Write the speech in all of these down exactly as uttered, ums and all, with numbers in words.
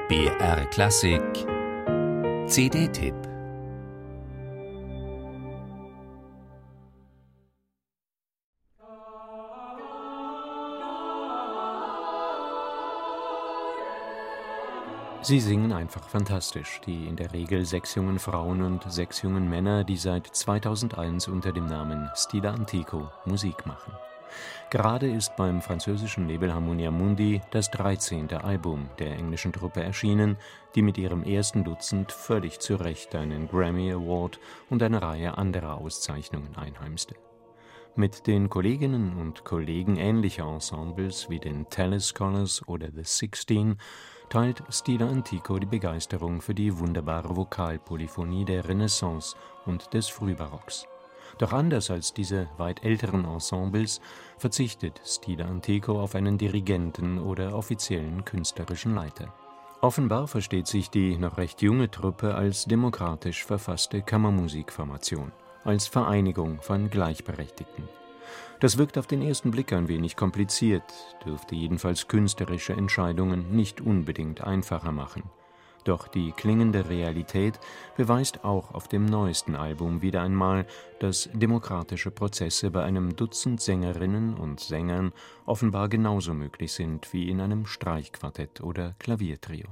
B R Klassik C D-Tipp. Sie singen einfach fantastisch, die in der Regel sechs jungen Frauen und sechs jungen Männer, die seit zweitausendeins unter dem Namen Stile Antico Musik machen. Gerade ist beim französischen Label Harmonia Mundi das dreizehnte Album der englischen Truppe erschienen, die mit ihrem ersten Dutzend völlig zu Recht einen Grammy Award und eine Reihe anderer Auszeichnungen einheimste. Mit den Kolleginnen und Kollegen ähnlicher Ensembles wie den Tallis Scholars oder The Sixteen teilt Stile Antico die Begeisterung für die wunderbare Vokalpolyphonie der Renaissance und des Frühbarocks. Doch anders als diese weit älteren Ensembles verzichtet Stile Antico auf einen Dirigenten oder offiziellen künstlerischen Leiter. Offenbar versteht sich die noch recht junge Truppe als demokratisch verfasste Kammermusikformation, als Vereinigung von Gleichberechtigten. Das wirkt auf den ersten Blick ein wenig kompliziert, dürfte jedenfalls künstlerische Entscheidungen nicht unbedingt einfacher machen. Doch die klingende Realität beweist auch auf dem neuesten Album wieder einmal, dass demokratische Prozesse bei einem Dutzend Sängerinnen und Sängern offenbar genauso möglich sind wie in einem Streichquartett oder Klaviertrio.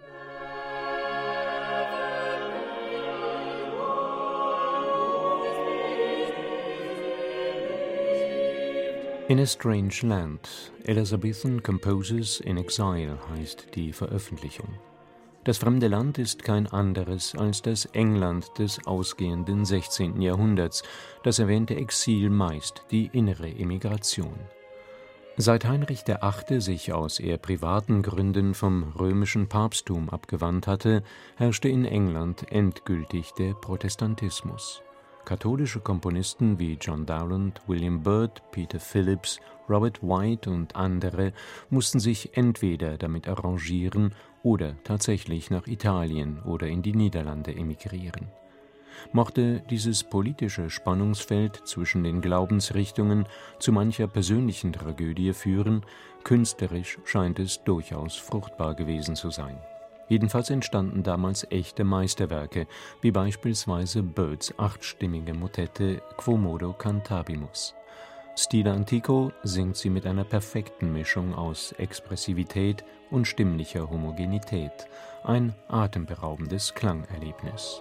In a Strange Land, Elizabethan Composers in Exile heißt die Veröffentlichung. Das fremde Land ist kein anderes als das England des ausgehenden sechzehnten Jahrhunderts, das erwähnte Exil meist die innere Emigration. Seit Heinrich der Achte sich aus eher privaten Gründen vom römischen Papsttum abgewandt hatte, herrschte in England endgültig der Protestantismus. Katholische Komponisten wie John Dowland, William Byrd, Peter Phillips, Robert White und andere mussten sich entweder damit arrangieren oder tatsächlich nach Italien oder in die Niederlande emigrieren. Mochte dieses politische Spannungsfeld zwischen den Glaubensrichtungen zu mancher persönlichen Tragödie führen, künstlerisch scheint es durchaus fruchtbar gewesen zu sein. Jedenfalls entstanden damals echte Meisterwerke, wie beispielsweise Byrds achtstimmige Motette Quomodo cantabimus. Stile Antico singt sie mit einer perfekten Mischung aus Expressivität und stimmlicher Homogenität, ein atemberaubendes Klangerlebnis.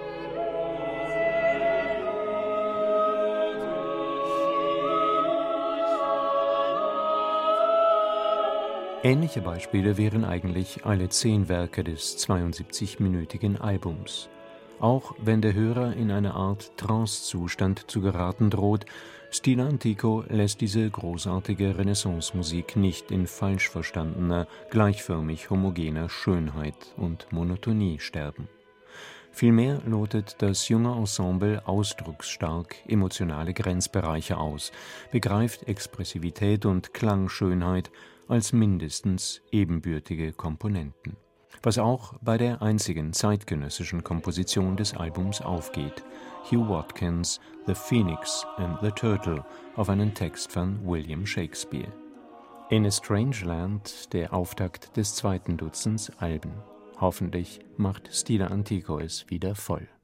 Ähnliche Beispiele wären eigentlich alle zehn Werke des zweiundsiebzigminütigen Albums. Auch wenn der Hörer in eine Art Trancezustand zu geraten droht, Stile Antico lässt diese großartige Renaissance-Musik nicht in falsch verstandener, gleichförmig homogener Schönheit und Monotonie sterben. Vielmehr lotet das junge Ensemble ausdrucksstark emotionale Grenzbereiche aus, begreift Expressivität und Klangschönheit als mindestens ebenbürtige Komponenten. Was auch bei der einzigen zeitgenössischen Komposition des Albums aufgeht, Hugh Watkins' The Phoenix and the Turtle auf einen Text von William Shakespeare. In a Strange Land, der Auftakt des zweiten Dutzends Alben. Hoffentlich macht Stile Antico es wieder voll.